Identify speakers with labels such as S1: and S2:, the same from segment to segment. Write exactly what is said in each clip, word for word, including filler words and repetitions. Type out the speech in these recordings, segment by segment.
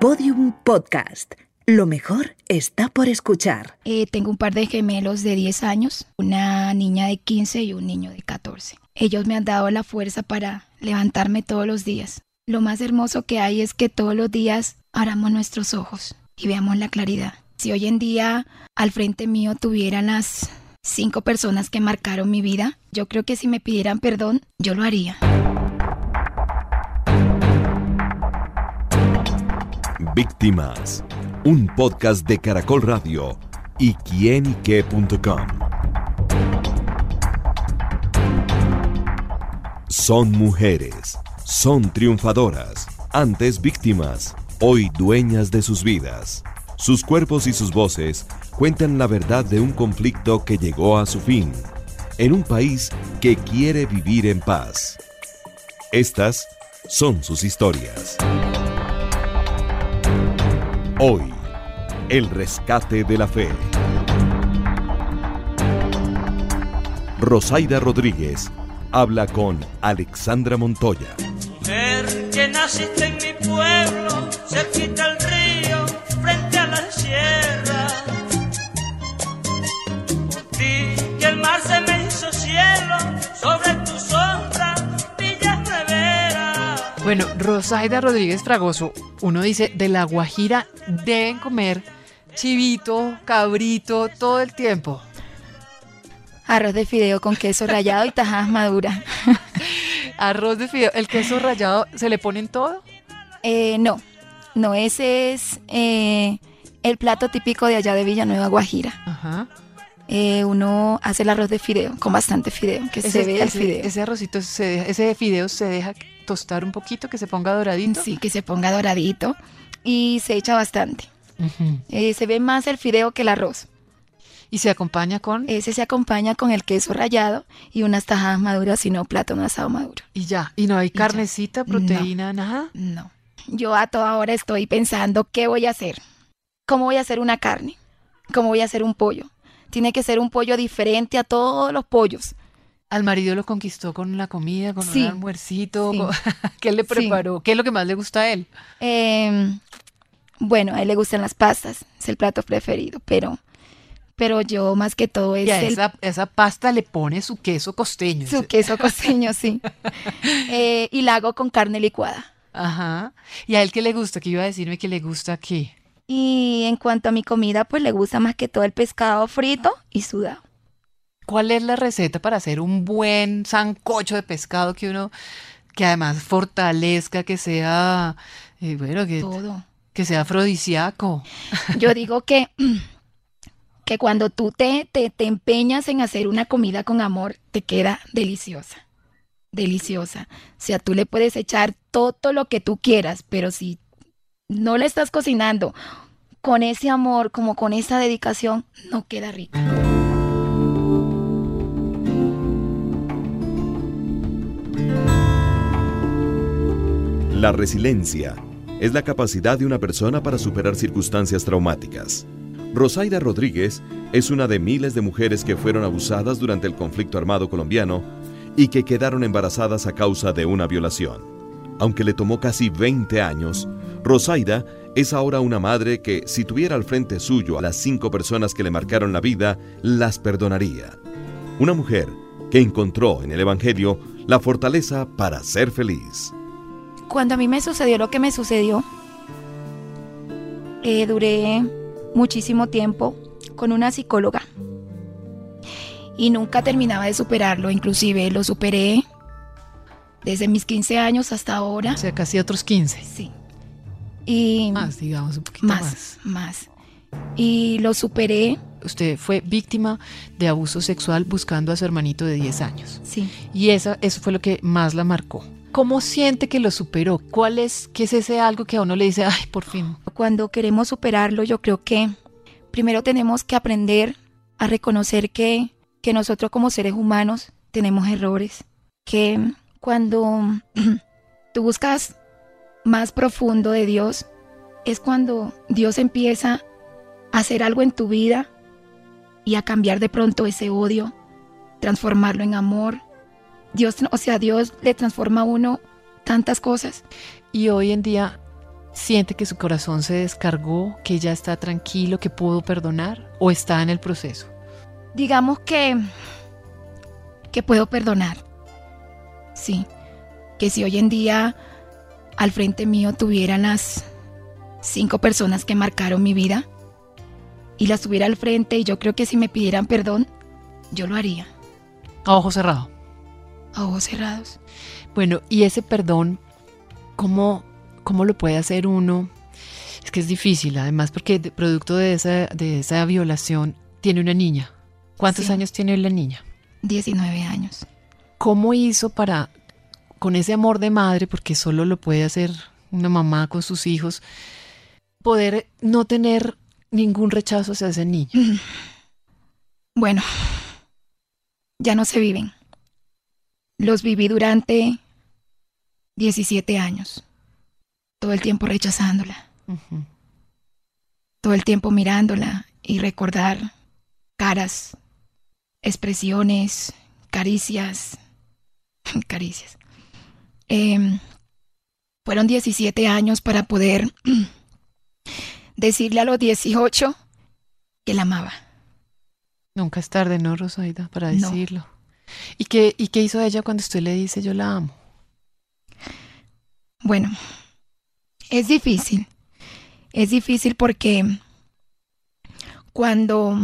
S1: Podium Podcast. Lo mejor está por escuchar.
S2: Eh, tengo un par de gemelos de diez años, una niña de quince y un niño de catorce. Ellos me han dado la fuerza para levantarme todos los días. Lo más hermoso que hay es que todos los días abramos nuestros ojos y veamos la claridad. Si hoy en día al frente mío tuvieran las cinco personas que marcaron mi vida, yo creo que si me pidieran perdón, yo lo haría.
S3: Víctimas, un podcast de Caracol Radio y quién y qué punto com. Son mujeres, son triunfadoras, antes víctimas, hoy dueñas de sus vidas. Sus cuerpos y sus voces cuentan la verdad de un conflicto que llegó a su fin, en un país que quiere vivir en paz. Estas son sus historias. Hoy, el rescate de la fe. Rosaida Rodríguez habla con Alexandra Montoya.
S4: Mujer que naciste en mi pueblo, cerquita al río, frente a la sierra. Por ti que el mar se me hizo cielo, sobre tu sombra, Villa Rivera.
S5: Bueno, Rosaida Rodríguez Fragoso, uno dice, de La Guajira deben comer chivito, cabrito, todo el tiempo.
S2: Arroz de fideo con queso rallado y tajadas maduras.
S5: Arroz de fideo, ¿el queso rallado se le pone en todo?
S2: Eh, no, no, ese es eh, el plato típico de allá de Villanueva, Guajira.
S5: Ajá.
S2: Eh, uno hace el arroz de fideo, con bastante fideo, que
S5: Ese,
S2: se vea el
S5: ese,
S2: fideo.
S5: ese arrocito, se deja, ese fideo se deja tostar un poquito, que se ponga doradito.
S2: Sí, que se ponga doradito y se echa bastante.
S5: Uh-huh.
S2: Eh, se ve más el fideo que el arroz.
S5: Y se acompaña con...
S2: Ese se acompaña con el queso rallado y unas tajadas maduras, sino plátano asado maduro.
S5: Y ya, y no hay
S2: Y
S5: carnecita,
S2: ya.
S5: proteína, no. Nada.
S2: No. Yo a toda hora estoy pensando qué voy a hacer. ¿Cómo voy a hacer una carne? ¿Cómo voy a hacer un pollo? Tiene que ser un pollo diferente a todos los pollos.
S5: Al marido lo conquistó con la comida, con
S2: Sí.
S5: un almuercito.
S2: Sí.
S5: Con... ¿Qué le preparó?
S2: Sí.
S5: ¿Qué es lo que más le gusta a él?
S2: Eh, bueno, a él le gustan las pastas, es el plato preferido, pero, pero yo más que todo es
S5: Y a
S2: el,
S5: esa, esa pasta le pone su queso costeño.
S2: su queso costeño, sí. Eh, y la hago con carne licuada.
S5: Ajá. ¿Y a él qué le gusta? ¿Qué iba a decirme que le gusta qué?
S2: Y en cuanto a mi comida, pues le gusta más que todo el pescado frito y sudado.
S5: ¿Cuál es la receta para hacer un buen sancocho de pescado que uno, que además fortalezca, que sea, eh, bueno, que,
S2: Todo.
S5: que sea afrodisíaco?
S2: Yo digo que, que cuando tú te, te, te empeñas en hacer una comida con amor, te queda deliciosa. Deliciosa. O sea, tú le puedes echar todo lo que tú quieras, pero si no le estás cocinando con ese amor, como con esa dedicación, no queda rico.
S3: La resiliencia es la capacidad de una persona para superar circunstancias traumáticas. Rosaida Rodríguez es una de miles de mujeres que fueron abusadas durante el conflicto armado colombiano y que quedaron embarazadas a causa de una violación. Aunque le tomó casi veinte años, Rosaida es ahora una madre que, si tuviera al frente suyo a las cinco personas que le marcaron la vida, las perdonaría. Una mujer que encontró en el Evangelio la fortaleza para ser feliz.
S2: Cuando a mí me sucedió lo que me sucedió, eh, duré muchísimo tiempo con una psicóloga y nunca terminaba de superarlo. Inclusive lo superé desde mis quince años hasta ahora.
S5: O sea, casi otros quince.
S2: Sí. Y
S5: Más, digamos, un poquito
S2: más,
S5: más.
S2: más. Y lo superé.
S5: Usted fue víctima de abuso sexual buscando a su hermanito de diez años.
S2: Sí.
S5: Y esa, eso fue lo que más la marcó. ¿Cómo siente que lo superó? ¿Cuál es, qué es ese algo que a uno le dice, ay, por fin?
S2: Cuando queremos superarlo, yo creo que primero tenemos que aprender a reconocer que, que nosotros como seres humanos tenemos errores. Que cuando tú buscas más profundo de Dios, es cuando Dios empieza a hacer algo en tu vida y a cambiar de pronto ese odio, transformarlo en amor. Dios, o sea, Dios le transforma a uno tantas cosas.
S5: Y hoy en día, siente que su corazón se descargó, que ya está tranquilo, que pudo perdonar o está en el proceso?
S2: Digamos que, que puedo perdonar. Sí, que si hoy en día al frente mío tuvieran las cinco personas que marcaron mi vida y las tuviera al frente, y yo creo que si me pidieran perdón, yo lo haría.
S5: A ojo cerrado.
S2: A ojos cerrados.
S5: Bueno, y ese perdón, ¿cómo, cómo lo puede hacer uno? Es que es difícil, además, porque de, producto de esa, de esa violación tiene una niña. ¿Cuántos
S2: Sí.
S5: años tiene la niña?
S2: diecinueve años.
S5: ¿Cómo hizo para, con ese amor de madre, porque solo lo puede hacer una mamá con sus hijos, poder no tener ningún rechazo hacia ese niño?
S2: Bueno, ya no se viven. Los viví durante diecisiete años. Todo el tiempo rechazándola.
S5: Ujú.
S2: Todo el tiempo mirándola y recordar caras, expresiones, caricias. Caricias. Eh, fueron diecisiete años para poder decirle a los dieciocho que la amaba.
S5: Nunca es tarde, ¿no, Rosaida, para
S2: No.
S5: decirlo? ¿Y qué, ¿Y qué hizo ella cuando usted le dice yo la amo?
S2: Bueno, es difícil. Es difícil porque cuando,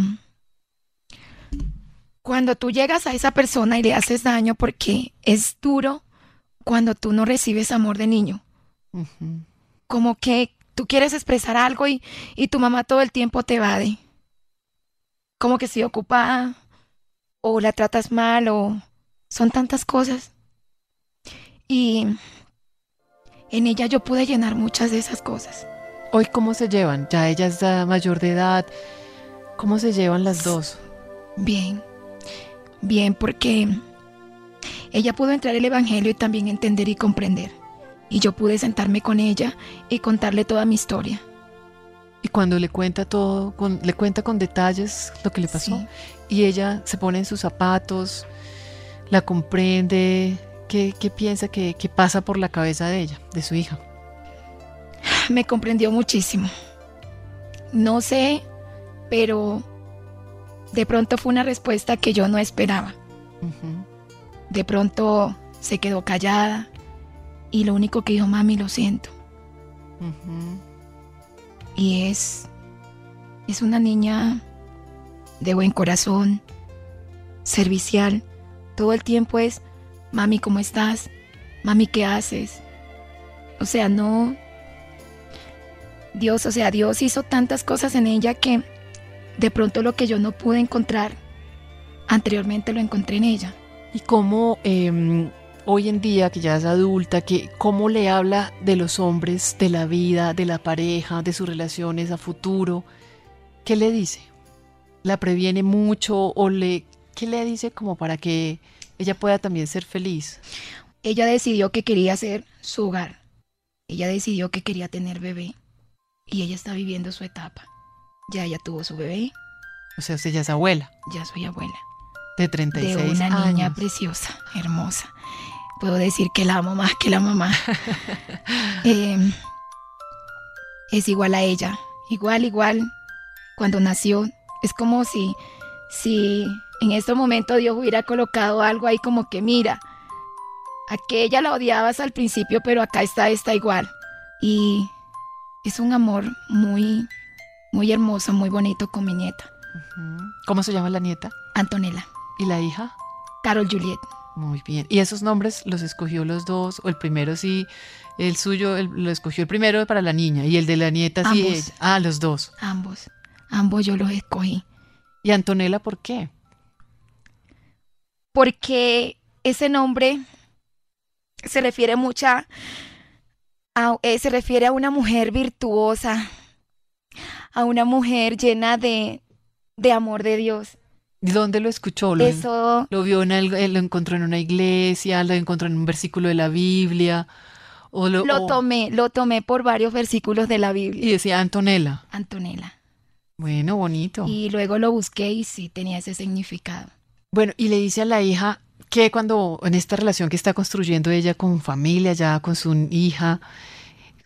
S2: cuando tú llegas a esa persona y le haces daño, porque es duro cuando tú no recibes amor de niño.
S5: Ujú.
S2: Como que tú quieres expresar algo y, y tu mamá todo el tiempo te evade. Como que estoy ocupada, o la tratas mal, o son tantas cosas. Y en ella yo pude llenar muchas de esas cosas.
S5: Hoy, ¿cómo se llevan? Ya ella es ya mayor de edad. ¿Cómo se llevan las dos?
S2: Bien, bien, porque ella pudo entrar al evangelio y también entender y comprender. Y yo pude sentarme con ella y contarle toda mi historia.
S5: Y cuando le cuenta todo, con- le cuenta con detalles lo que le pasó,
S2: Sí.
S5: y ella se pone en sus zapatos, la comprende, ¿qué, qué piensa que, que pasa por la cabeza de ella, de su hija?
S2: Me comprendió muchísimo. No sé, pero de pronto fue una respuesta que yo no esperaba.
S5: Ujú.
S2: De pronto se quedó callada y lo único que dijo, mami, lo siento.
S5: Ujú.
S2: Y es, es una niña de buen corazón, servicial. Todo el tiempo es, mami, ¿cómo estás? Mami, ¿qué haces? O sea, no... Dios, o sea, Dios hizo tantas cosas en ella que de pronto lo que yo no pude encontrar anteriormente lo encontré en ella.
S5: Y cómo eh, hoy en día, que ya es adulta, que cómo le habla de los hombres, de la vida, de la pareja, de sus relaciones a futuro. ¿Qué le dice? ¿La previene mucho o le qué le dice como para que ella pueda también ser feliz?
S2: Ella decidió que quería ser su hogar. Ella decidió que quería tener bebé. Y ella está viviendo su etapa. Ya ella tuvo su bebé,
S5: O sea, usted ya es abuela
S2: ya soy abuela.
S5: de treinta y
S2: De
S5: seis
S2: una niña
S5: años.
S2: preciosa, hermosa. Puedo decir que la amo más que la mamá. Eh, es igual a ella. Igual, igual. Cuando nació, es como si, si en este momento Dios hubiera colocado algo ahí como que mira, aquella la odiabas al principio, pero acá está esta igual. Y es un amor muy, muy hermoso, muy bonito con mi nieta,
S5: Ujú. ¿Cómo se llama la nieta?
S2: Antonella,
S5: ¿Y la hija?
S2: Carol Juliet.
S5: Muy bien. ¿Y esos nombres los escogió los dos? ¿O el primero sí, el suyo el- lo escogió el primero para la niña y el de la nieta sí?
S2: Ambos.
S5: ella? Ah, los dos.
S2: Ambos, ambos yo los escogí.
S5: ¿Y Antonella por qué?
S2: Porque ese nombre se refiere mucha a, eh, se refiere a una mujer virtuosa, a una mujer llena de, de amor de Dios.
S5: ¿Y dónde lo escuchó? ¿Lo,
S2: Eso
S5: lo vio en el- eh, lo encontró en una iglesia? ¿Lo encontró en un versículo de la Biblia? ¿O lo,
S2: lo
S5: o-
S2: tomé, lo tomé por varios versículos de la
S5: y
S2: Biblia,
S5: decía Antonella?
S2: Antonella.
S5: Bueno, bonito.
S2: Y luego lo busqué y sí tenía ese significado.
S5: Bueno, y le dice a la hija que cuando en esta relación que está construyendo ella con familia, ya con su hija,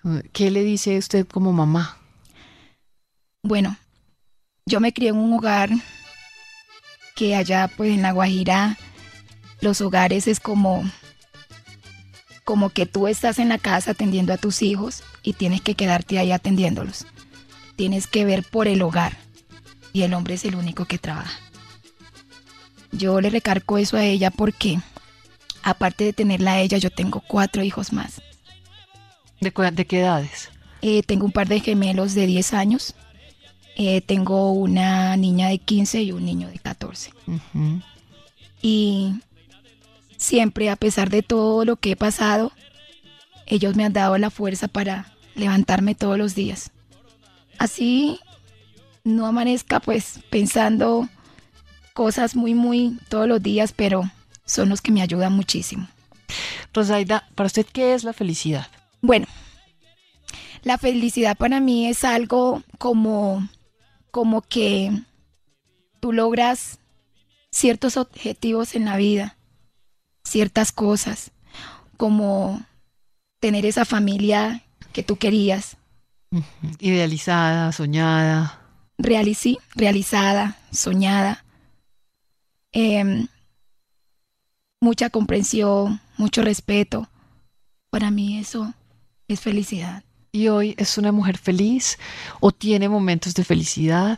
S5: ¿Qué le dice usted como mamá?
S2: Bueno, yo me crié en un hogar que allá pues en La Guajira los hogares es como, como que tú estás en la casa atendiendo a tus hijos y tienes que quedarte ahí atendiéndolos. Tienes que ver por el hogar y el hombre es el único que trabaja. Yo le recargo eso a ella porque aparte de tenerla a ella, yo tengo cuatro hijos más.
S5: ¿De, cu- de qué edades?
S2: Eh, tengo un par de gemelos de diez años. Eh, tengo una niña de quince y un niño de catorce.
S5: Ujú.
S2: Y siempre, a pesar de todo lo que he pasado, ellos me han dado la fuerza para levantarme todos los días. Así no amanezca pues pensando cosas muy, muy todos los días, pero son los que me ayudan muchísimo.
S5: Rosaida, ¿para usted qué es la felicidad?
S2: Bueno, la felicidad para mí es algo como, como que tú logras ciertos objetivos en la vida, ciertas cosas, como tener esa familia que tú querías,
S5: Ujú. Idealizada, soñada.
S2: realici- realizada, soñada, em, mucha comprensión, mucho respeto. Para mí eso es felicidad.
S5: ¿Y hoy es una mujer feliz o tiene momentos de felicidad?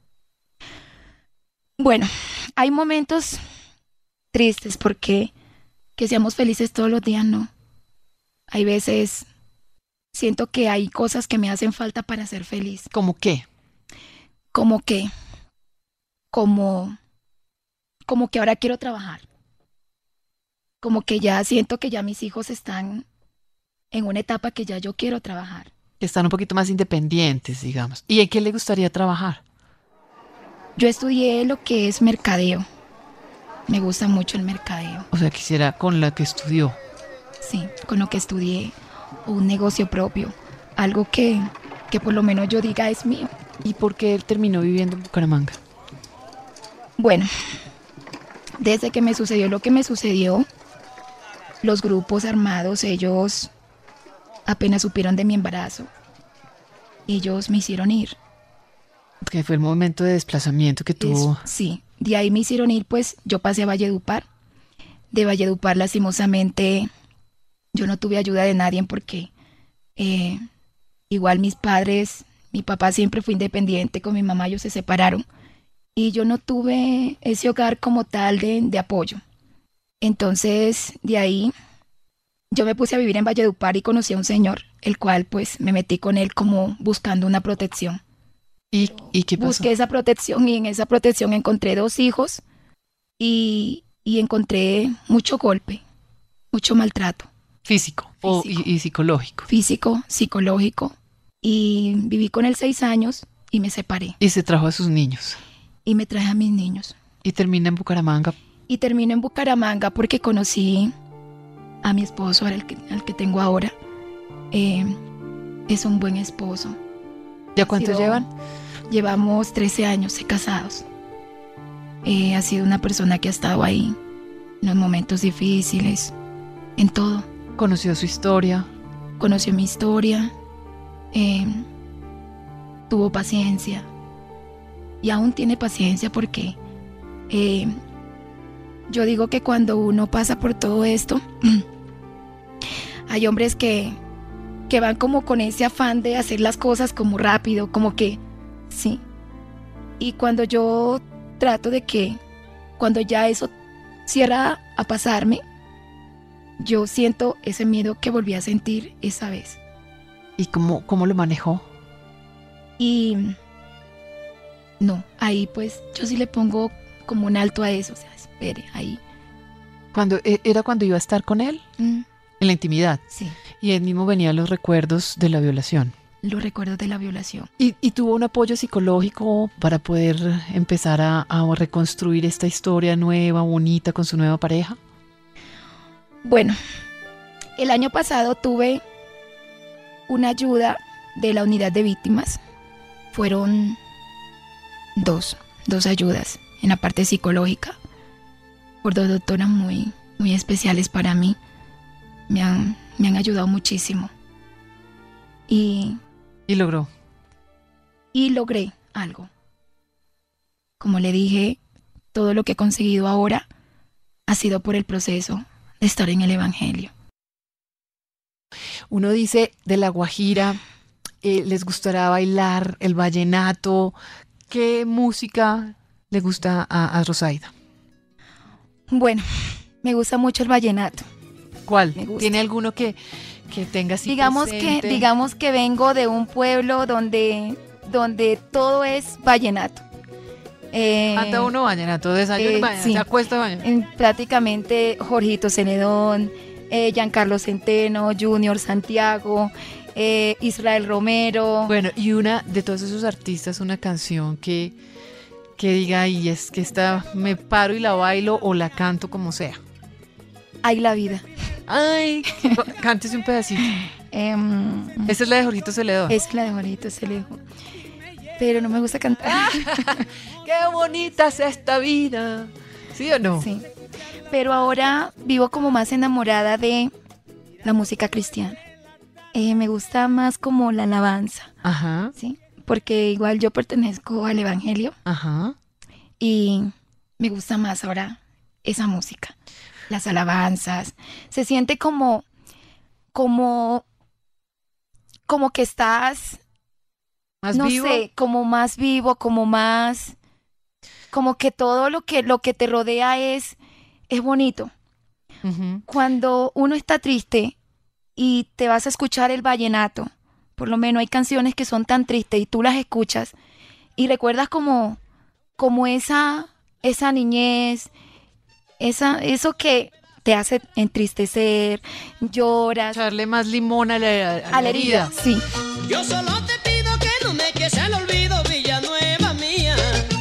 S2: Bueno, hay momentos tristes porque que seamos felices todos los días, no. Hay veces siento que hay cosas que me hacen falta para ser feliz.
S5: ¿Cómo qué?
S2: Como que, como, como que ahora quiero trabajar. Como que ya siento que ya mis hijos están en una etapa que ya yo quiero trabajar.
S5: Que están un poquito más independientes, digamos. ¿Y en qué le gustaría trabajar?
S2: Yo estudié lo que es mercadeo. Me gusta mucho el mercadeo.
S5: O sea, quisiera con la que estudió.
S2: Sí, con lo que estudié, un negocio propio, algo que, que por lo menos yo diga es mío.
S5: ¿Y por qué él terminó viviendo en Bucaramanga?
S2: Bueno, desde que me sucedió lo que me sucedió, los grupos armados, ellos apenas supieron de mi embarazo, ellos me hicieron ir.
S5: Que fue el momento de desplazamiento que tuvo.
S2: Es- sí, de ahí me hicieron ir, pues yo pasé a Valledupar. De Valledupar, lastimosamente, yo no tuve ayuda de nadie porque eh, igual mis padres, mi papá siempre fue independiente, con mi mamá ellos se separaron y yo no tuve ese hogar como tal de, de apoyo. Entonces, de ahí yo me puse a vivir en Valledupar y conocí a un señor, el cual pues me metí con él como buscando una protección.
S5: ¿Y, y qué pasó?
S2: Busqué esa protección y en esa protección encontré dos hijos y, y encontré mucho golpe, mucho maltrato
S5: Físico, o-
S2: Físico.
S5: y, y psicológico.
S2: físico, psicológico. Y viví con él seis años y me separé
S5: Y se trajo a sus niños.
S2: y me traje a mis niños.
S5: Y termina en Bucaramanga.
S2: Y termino en Bucaramanga porque conocí a mi esposo, al que, al que tengo ahora. Eh, es un buen esposo.
S5: ¿Ya cuánto
S2: sido-
S5: llevan?
S2: Llevamos trece años de casados. Eh, ha sido una persona que ha estado ahí en los momentos difíciles, en todo.
S5: Conoció su historia.
S2: Conoció mi historia, eh, tuvo paciencia y aún tiene paciencia porque eh, yo digo que cuando uno pasa por todo esto, hay hombres que, que van como con ese afán de hacer las cosas como rápido, como que sí. Y cuando yo trato de que, cuando ya eso cierra a pasarme, yo siento ese miedo que volví a sentir esa vez.
S5: ¿Y cómo, cómo lo manejó?
S2: Y no, ahí pues yo sí le pongo como un alto a eso, o sea, espere, ahí.
S5: Cuando, e- ¿Era cuando iba a estar con él?
S2: Mm,
S5: En la intimidad.
S2: sí,
S5: Y él mismo venía los recuerdos de la violación.
S2: los recuerdos de la violación.
S5: ¿Y, y tuvo un apoyo psicológico para poder empezar a, a reconstruir esta historia nueva, bonita, con su nueva pareja?
S2: Bueno, el año pasado tuve una ayuda de la unidad de víctimas. Fueron dos, dos ayudas en la parte psicológica por dos doctoras muy, muy especiales para mí. Me han, me han ayudado muchísimo. y,
S5: Y logró.
S2: y logré algo. Como le dije, todo lo que he conseguido ahora ha sido por el proceso de estar en el Evangelio.
S5: Uno dice de La Guajira, eh, les gustará bailar el vallenato. ¿Qué música le gusta a, a Rosaida?
S2: Bueno, me gusta mucho el vallenato.
S5: ¿Cuál?
S2: Me gusta.
S5: ¿Tiene alguno que, que tenga así
S2: Digamos
S5: presente?
S2: que, digamos que vengo de un pueblo donde, donde todo es vallenato. Eh,
S5: Canta uno vallenato, desayuno,
S2: eh,
S5: vallenato,
S2: sí.
S5: se acuesta vallenato.
S2: en prácticamente Jorgito Cenedón, eh, Giancarlo Centeno, Junior Santiago, eh, Israel Romero.
S5: Bueno, y una de todos esos artistas, una canción que, que diga, y es que esta me paro y la bailo o la canto como sea.
S2: Hay la vida.
S5: Ay, cántese un pedacito.
S2: Em,
S5: Esa es la de Jorgito Celedón.
S2: es la de Jorgito Celedón. Pero no me gusta cantar.
S5: ¡Qué bonita es esta vida! ¿Sí o no?
S2: Sí. Pero ahora vivo como más enamorada de la música cristiana. Eh, me gusta más como la alabanza,
S5: Ajá,
S2: ¿sí? Porque igual yo pertenezco al Evangelio
S5: ajá.
S2: y me gusta más ahora esa música. Las alabanzas. Se siente como, como, como que estás,
S5: ¿Más
S2: no
S5: vivo?
S2: sé, como más vivo, como más, como que todo lo que, lo que te rodea es, es bonito.
S5: Ujú.
S2: Cuando uno está triste y te vas a escuchar el vallenato, por lo menos hay canciones que son tan tristes y tú las escuchas y recuerdas como, como esa, esa niñez, esa, eso que te hace entristecer, lloras.
S5: Echarle más limón a la, a la
S2: A la herida,
S5: herida.
S2: sí.
S4: Yo solo te pido que no me eches al olvido, Villanueva mía.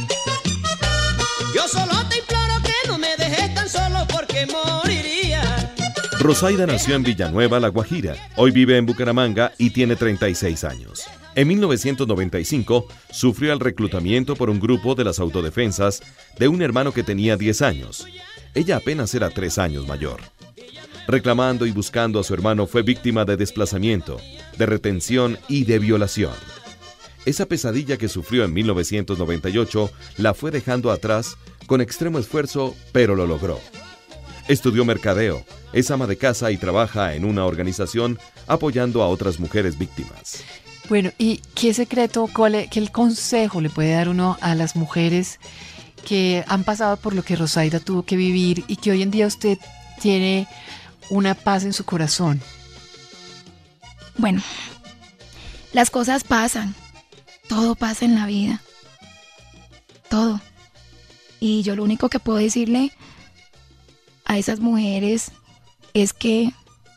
S4: Yo solo te imploro que no me dejes tan solo porque moriría.
S3: Rosaida nació en Villanueva, La Guajira. Hoy vive en Bucaramanga y tiene treinta y seis años. En mil novecientos noventa y cinco sufrió el reclutamiento por un grupo de las autodefensas de un hermano que tenía diez años. Ella apenas era tres años mayor. Reclamando y buscando a su hermano fue víctima de desplazamiento, de retención y de violación. Esa pesadilla que sufrió en mil novecientos noventa y ocho la fue dejando atrás con extremo esfuerzo, pero lo logró. Estudió mercadeo, es ama de casa y trabaja en una organización apoyando a otras mujeres víctimas.
S5: Bueno, ¿y qué secreto, cuál es, qué consejo le puede dar uno a las mujeres que han pasado por lo que Rosaida tuvo que vivir y que hoy en día usted tiene una paz en su corazón?
S2: Bueno, las cosas pasan, todo pasa en la vida, todo. Y yo lo único que puedo decirle a esas mujeres es que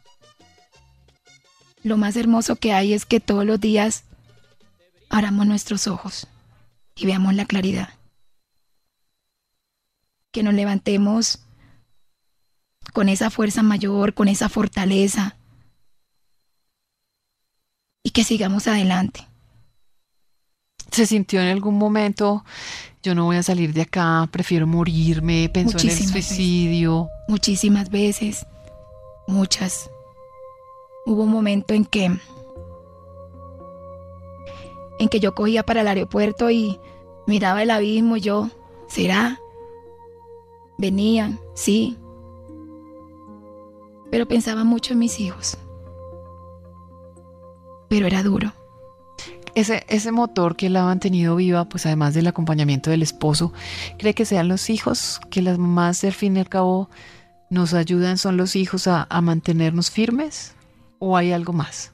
S2: lo más hermoso que hay es que todos los días abramos nuestros ojos y veamos la claridad. Que nos levantemos con esa fuerza mayor, con esa fortaleza y que sigamos adelante.
S5: ¿Se sintió en algún momento, yo no voy a salir de acá, prefiero morirme, pensó en el
S2: Muchísimas veces.
S5: suicidio?
S2: Muchísimas veces, muchas. Hubo un momento en que en que yo cogía para el aeropuerto y miraba el abismo y yo, ¿será? Venían, sí. Pero pensaba mucho en mis hijos. Pero era duro.
S5: Ese, ese motor que la ha mantenido viva, pues además del acompañamiento del esposo, ¿cree que sean los hijos? Que las mamás, al fin y al cabo, nos ayudan, son los hijos a, a mantenernos firmes? ¿O hay algo más?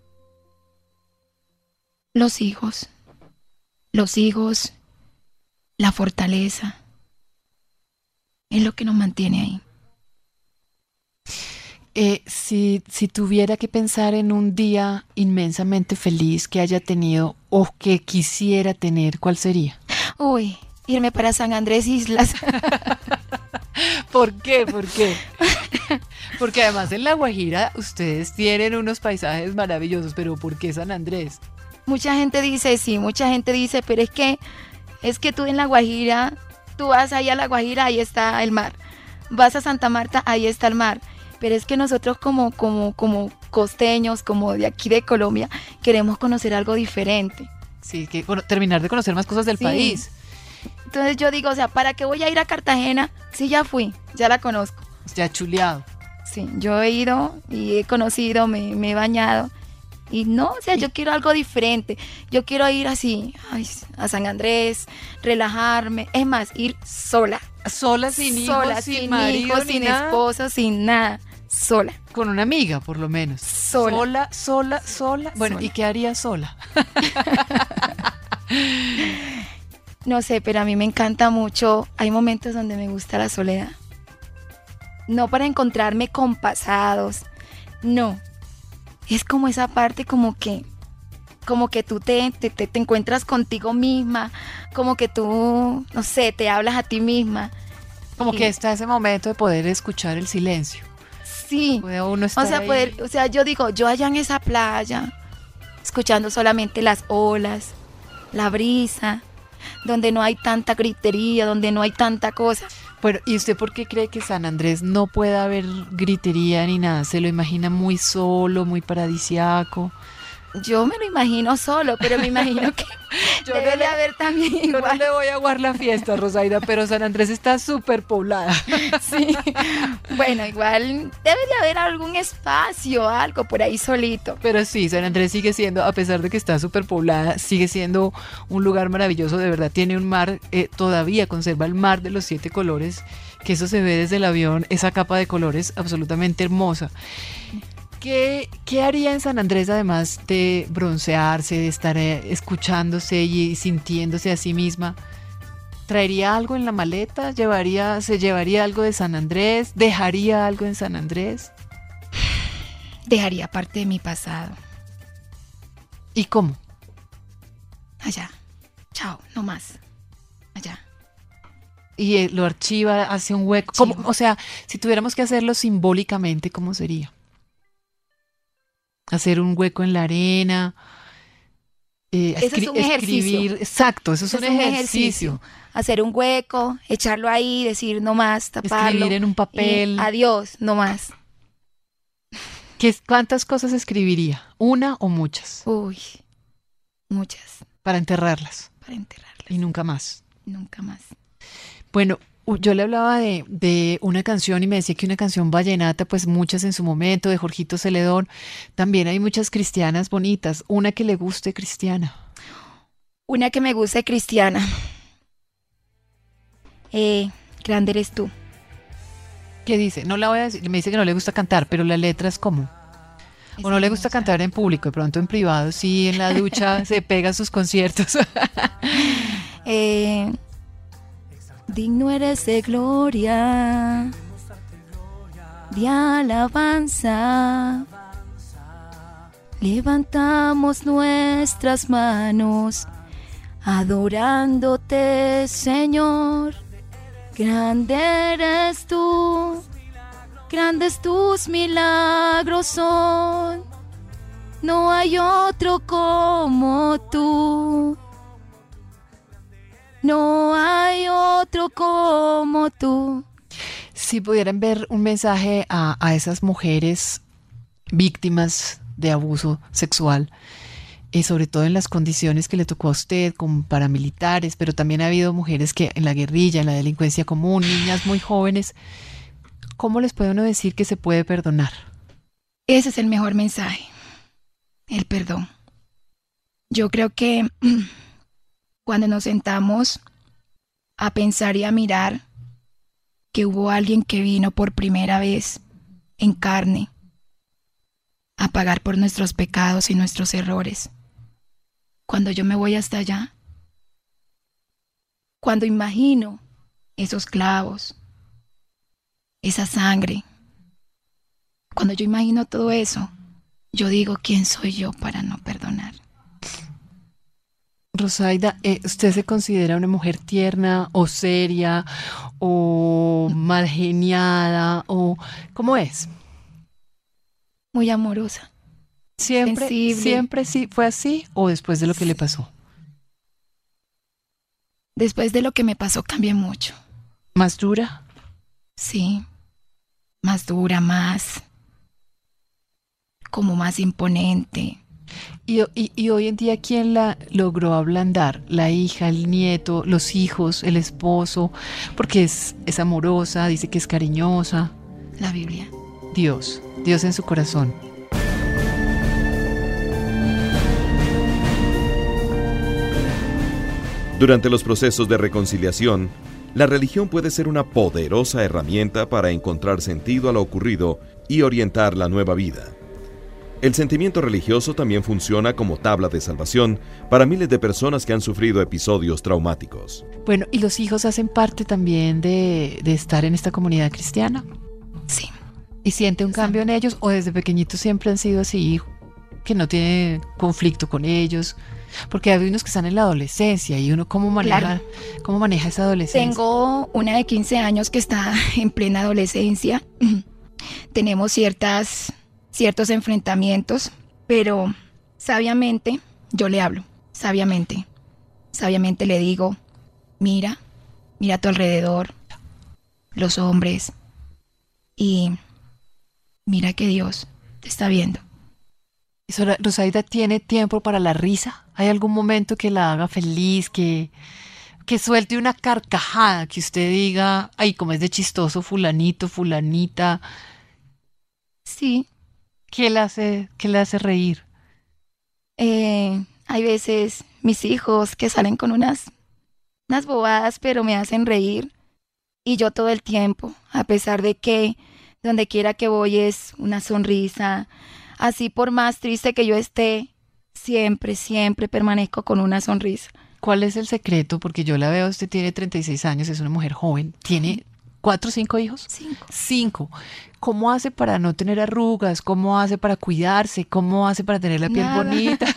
S2: Los hijos. Los hijos. La fortaleza. Es lo que nos mantiene ahí.
S5: Eh, si, si tuviera que pensar en un día inmensamente feliz que haya tenido o que quisiera tener, ¿cuál sería?
S2: Uy, irme para San Andrés Islas.
S5: ¿Por qué? ¿Por qué? Porque además en La Guajira ustedes tienen unos paisajes maravillosos, pero ¿por qué San Andrés?
S2: Mucha gente dice, sí, mucha gente dice, pero es que, es que tú en La Guajira, tú vas ahí a La Guajira, ahí está el mar. Vas a Santa Marta, ahí está el mar. Pero es que nosotros como, como, como costeños, como de aquí de Colombia, queremos conocer algo diferente.
S5: Sí, que bueno, terminar de conocer más cosas del
S2: Sí.
S5: país.
S2: Entonces yo digo, o sea, ¿para qué voy a ir a Cartagena? Sí, ya fui, ya la conozco.
S5: Ya chuleado.
S2: Sí, yo he ido y he conocido, me, me he bañado. Y no, o sea, yo quiero algo diferente. Yo quiero ir así, ay, a San Andrés, relajarme. Es más, ir sola.
S5: Sola, sin
S2: sola,
S5: hijos, sin,
S2: sin
S5: marido,
S2: hijos,
S5: ni
S2: sin
S5: nada.
S2: esposo, sin nada. Sola.
S5: Con una amiga, por lo menos.
S2: Sola.
S5: Sola, sola, sola. Bueno,
S2: Sola.
S5: ¿y qué haría sola?
S2: No sé, pero a mí me encanta mucho. Hay momentos donde me gusta la soledad. No para encontrarme con pasados. No. Es como esa parte como que, como que tú te, te, te, te encuentras contigo misma, como que tú, no sé, te hablas a ti misma.
S5: Como
S2: Y-
S5: que está ese momento de poder escuchar el silencio.
S2: Sí.
S5: Puede uno
S2: O
S5: estar
S2: sea,
S5: ahí.
S2: poder, o sea, yo digo, yo allá en esa playa, escuchando solamente las olas, la brisa, donde no hay tanta gritería, donde no hay tanta cosa.
S5: Bueno, ¿y usted por qué cree que San Andrés no puede haber gritería ni nada? ¿Se lo imagina muy solo, muy paradisiaco?
S2: Yo me lo imagino solo, pero me imagino que
S5: Yo
S2: debe
S5: no le-
S2: de haber también
S5: Yo no
S2: igual.
S5: le voy a aguar la fiesta, Rosaida, pero San Andrés está súper poblada.
S2: Sí. Bueno, igual debe de haber algún espacio, algo por ahí solito.
S5: Pero sí, San Andrés sigue siendo, a pesar de que está súper poblada, sigue siendo un lugar maravilloso, de verdad. Tiene un mar, eh, todavía conserva el mar de los siete colores, que eso se ve desde el avión, esa capa de colores absolutamente hermosa. ¿Qué, qué haría en San Andrés además de broncearse, de estar eh, escuchándose y sintiéndose a sí misma? ¿Traería algo en la maleta? ¿Llevaría, ¿Se llevaría algo de San Andrés? ¿Dejaría algo en San Andrés?
S2: Dejaría parte de mi pasado.
S5: ¿Y cómo?
S2: Allá. Chao, no más. Allá.
S5: Y eh, lo archiva, hace un hueco. ¿Cómo?
S2: Archivo.
S5: O sea, si tuviéramos que hacerlo simbólicamente, ¿cómo sería? Hacer un hueco en la arena. eh,
S2: Eso es
S5: escri-
S2: un ejercicio.
S5: escribir. Exacto, eso es,
S2: Eso
S5: un, ejercicio.
S2: Hacer un hueco, echarlo ahí, decir no más, taparlo.
S5: Escribir en un papel.
S2: y adiós, no más.
S5: ¿Qué, ¿Cuántas cosas escribiría? ¿Una o muchas?
S2: Uy, muchas
S5: Para enterrarlas.
S2: para enterrarlas.
S5: Y nunca más.
S2: Nunca más.
S5: Bueno, u- yo le hablaba de, de una canción y me decía que una canción vallenata, pues muchas en su momento, de Jorgito Celedón. También hay muchas cristianas bonitas. Una que le guste cristiana.
S2: Una que me guste cristiana. Eh, grande eres tú.
S5: ¿Qué dice? No la voy a decir. Me dice que no le gusta cantar, pero la letra es como. O no le gusta cantar en público, de pronto en privado, sí, en la ducha se pega sus conciertos.
S2: Eh, digno eres de gloria, de alabanza. Levantamos nuestras manos, adorándote, Señor. Grande eres tú, grandes tus milagros son. No hay otro como tú. No hay otro como tú.
S5: Si pudieran ver un mensaje a, a esas mujeres víctimas de abuso sexual, y sobre todo en las condiciones que le tocó a usted, como paramilitares, pero también ha habido mujeres que en la guerrilla, en la delincuencia común, niñas muy jóvenes, ¿cómo les puede uno decir que se puede perdonar?
S2: Ese es el mejor mensaje. El perdón. Yo creo que cuando nos sentamos a pensar y a mirar que hubo alguien que vino por primera vez en carne a pagar por nuestros pecados y nuestros errores. Cuando yo me voy hasta allá, cuando imagino esos clavos, esa sangre, cuando yo imagino todo eso, yo digo, ¿quién soy yo para no perdonar?
S5: Rosaida, eh, ¿usted se considera una mujer tierna o seria o mal geniada o cómo es?
S2: Muy amorosa.
S5: ¿Siempre,
S2: Sensible.
S5: siempre sí fue así o después de lo que le pasó?
S2: Después de lo que me pasó cambié mucho.
S5: ¿Más dura?
S2: Sí. Más dura, más. como más imponente.
S5: Y, y, y hoy en día, ¿quién la logró ablandar? La hija, el nieto, los hijos, el esposo, porque es, es amorosa, dice que es cariñosa.
S2: La Biblia.
S5: Dios, Dios en su corazón.
S3: Durante los procesos de reconciliación, la religión puede ser una poderosa herramienta para encontrar sentido a lo ocurrido y orientar la nueva vida. El sentimiento religioso también funciona como tabla de salvación para miles de personas que han sufrido episodios traumáticos.
S5: Bueno, ¿y los hijos hacen parte también de, de estar en esta comunidad cristiana?
S2: Sí.
S5: ¿Y siente un cambio en ellos o desde pequeñitos siempre han sido así, que no tiene conflicto con ellos? Porque hay unos que están en la adolescencia y uno cómo maneja,
S2: Claro.
S5: cómo maneja esa adolescencia.
S2: Tengo una de quince años que está en plena adolescencia. Tenemos ciertas, ciertos enfrentamientos, pero sabiamente yo le hablo, sabiamente. Sabiamente le digo, mira, mira a tu alrededor, los hombres, y mira que Dios te está viendo.
S5: ¿Y Sora- Rosaida tiene tiempo para la risa? ¿Hay algún momento que la haga feliz, que, que suelte una carcajada, que usted diga, ay, cómo es de chistoso fulanito, fulanita?
S2: Sí,
S5: ¿Qué le hace, qué le hace reír?
S2: eh, hay veces mis hijos que salen con unas, unas bobadas, pero me hacen reír. Y yo todo el tiempo, a pesar de que donde quiera que voy es una sonrisa, así por más triste que yo esté, siempre, siempre permanezco con una sonrisa.
S5: ¿Cuál es el secreto? Porque yo la veo, usted tiene treinta y seis años, es una mujer joven, tiene cuatro o cinco hijos.
S2: Cinco.
S5: Cinco. ¿Cómo hace para no tener arrugas? ¿Cómo hace para cuidarse? ¿Cómo hace para tener la piel
S2: Nada.
S5: bonita?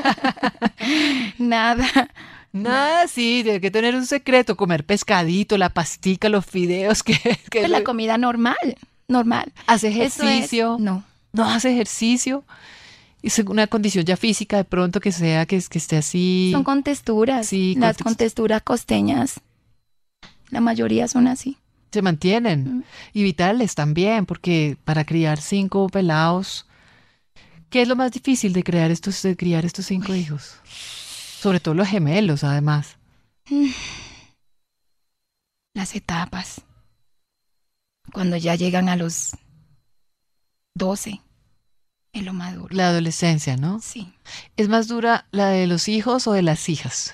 S2: Nada.
S5: Nada, sí, tiene que tener un secreto, comer pescadito, la pastica, los fideos, que, que
S2: Pues la comida normal, normal.
S5: hace
S2: Eso es-
S5: ejercicio,
S2: no.
S5: no hace ejercicio. Es una condición ya física de pronto que sea, que, que esté así.
S2: Son con texturas.
S5: Sí,
S2: Las
S5: con
S2: con texturas costeñas, la mayoría son así.
S5: Se mantienen.
S2: Mm.
S5: Y vitales también, porque para criar cinco pelados, ¿qué es lo más difícil de crear estos, de criar estos cinco hijos? Sobre todo los gemelos, además.
S2: Las etapas. Cuando ya llegan a los doce, es lo más duro.
S5: La adolescencia, ¿no?
S2: Sí.
S5: ¿Es más dura la de los hijos o de las hijas?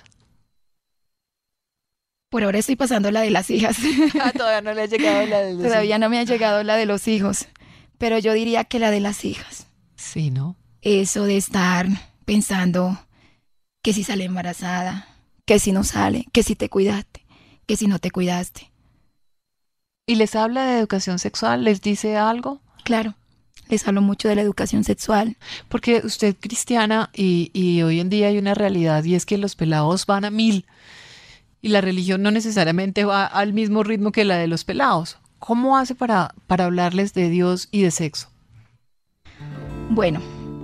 S2: Por ahora estoy pasando la de las hijas.
S5: Ah, todavía no le ha llegado la de los
S2: Todavía no me ha llegado la de los hijos. Pero yo diría que la de las hijas.
S5: Sí, ¿no?
S2: Eso de estar pensando que si sale embarazada, que si no sale, que si te cuidaste, que si no te cuidaste.
S5: ¿Y les habla de educación sexual? ¿Les dice algo?
S2: Claro, les hablo mucho de la educación sexual.
S5: Porque usted es cristiana y, y hoy en día hay una realidad y es que los pelados van a mil y la religión no necesariamente va al mismo ritmo que la de los pelados. ¿Cómo hace para, para hablarles de Dios y de sexo?
S2: Bueno,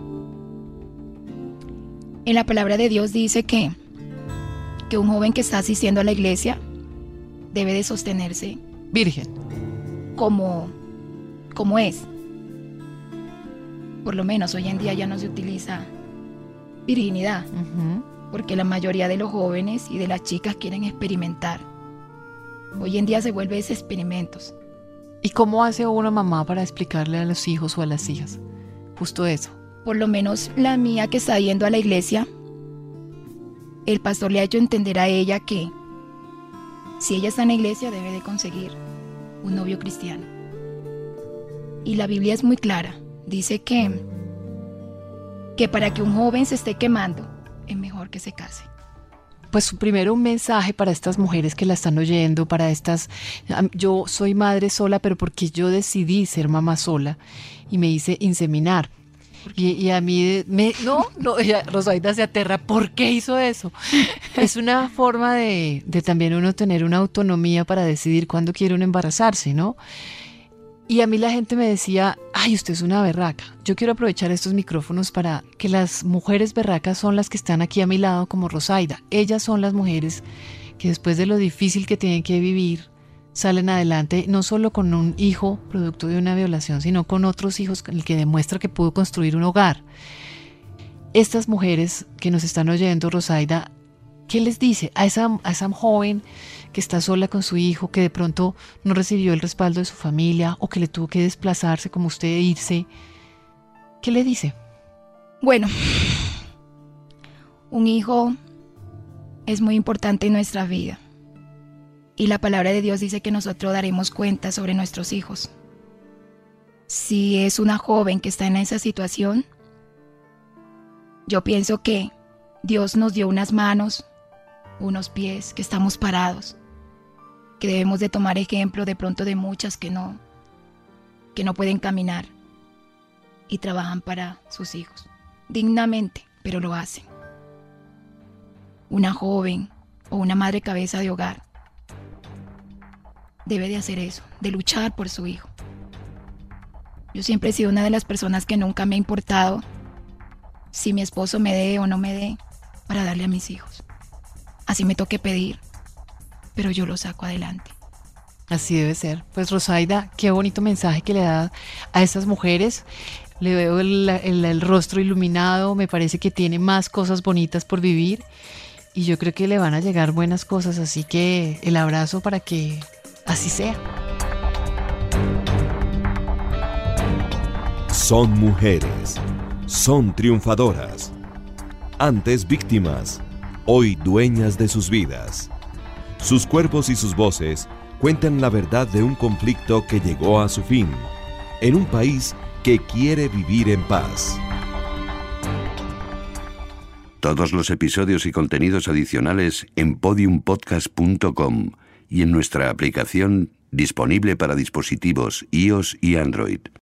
S2: en la palabra de Dios dice que, que un joven que está asistiendo a la iglesia debe de sostenerse
S5: Virgen.
S2: como, como es. Por lo menos hoy en día ya no se utiliza virginidad,
S5: Ujú.
S2: porque la mayoría de los jóvenes y de las chicas quieren experimentar. Hoy en día se vuelve ese experimentos.
S5: ¿Y cómo hace una mamá para explicarle a los hijos o a las hijas? Justo eso.
S2: Por lo menos la mía que está yendo a la iglesia, el pastor le ha hecho entender a ella que si ella está en la iglesia debe de conseguir un novio cristiano. Y la Biblia es muy clara. Dice que, que para que un joven se esté quemando, es mejor que se case.
S5: Pues primero un mensaje para estas mujeres que la están oyendo, para estas... am- Yo soy madre sola, pero porque yo decidí ser mamá sola y me hice inseminar. Y, y a mí, me, no, no, ella, Rosaida se aterra, ¿por qué hizo eso? Es una forma de, de también uno tener una autonomía para decidir cuándo quiere uno embarazarse, ¿no? Y a mí la gente me decía, ay, usted es una berraca. Yo quiero aprovechar estos micrófonos para que las mujeres berracas son las que están aquí a mi lado como Rosaida. Ellas son las mujeres que después de lo difícil que tienen que vivir, salen adelante, no solo con un hijo producto de una violación, sino con otros hijos, el que demuestra que pudo construir un hogar. Estas mujeres que nos están oyendo, Rosaida, ¿qué les dice a esa, a esa joven que está sola con su hijo, que de pronto no recibió el respaldo de su familia o que le tuvo que desplazarse como usted e irse? ¿Qué le dice?
S2: Bueno, un hijo es muy importante en nuestra vida. Y la palabra de Dios dice que nosotros daremos cuenta sobre nuestros hijos. Si es una joven que está en esa situación, yo pienso que Dios nos dio unas manos, unos pies, que estamos parados, que debemos de tomar ejemplo de pronto de muchas que no, que no pueden caminar y trabajan para sus hijos, dignamente, pero lo hacen. Una joven o una madre cabeza de hogar debe de hacer eso, de luchar por su hijo. Yo siempre he sido una de las personas que nunca me ha importado si mi esposo me dé o no me dé para darle a mis hijos. Así me toque pedir, pero yo lo saco adelante.
S5: Así debe ser. Pues Rosaida, qué bonito mensaje que le da a estas mujeres. Le veo el, el, el rostro iluminado, me parece que tiene más cosas bonitas por vivir y yo creo que le van a llegar buenas cosas, así que el abrazo para que así sea.
S3: Son mujeres, son triunfadoras, antes víctimas, hoy dueñas de sus vidas. Sus cuerpos y sus voces cuentan la verdad de un conflicto que llegó a su fin, en un país que quiere vivir en paz.
S6: Todos los episodios y contenidos adicionales en podium podcast punto com y en nuestra aplicación disponible para dispositivos iOS y Android.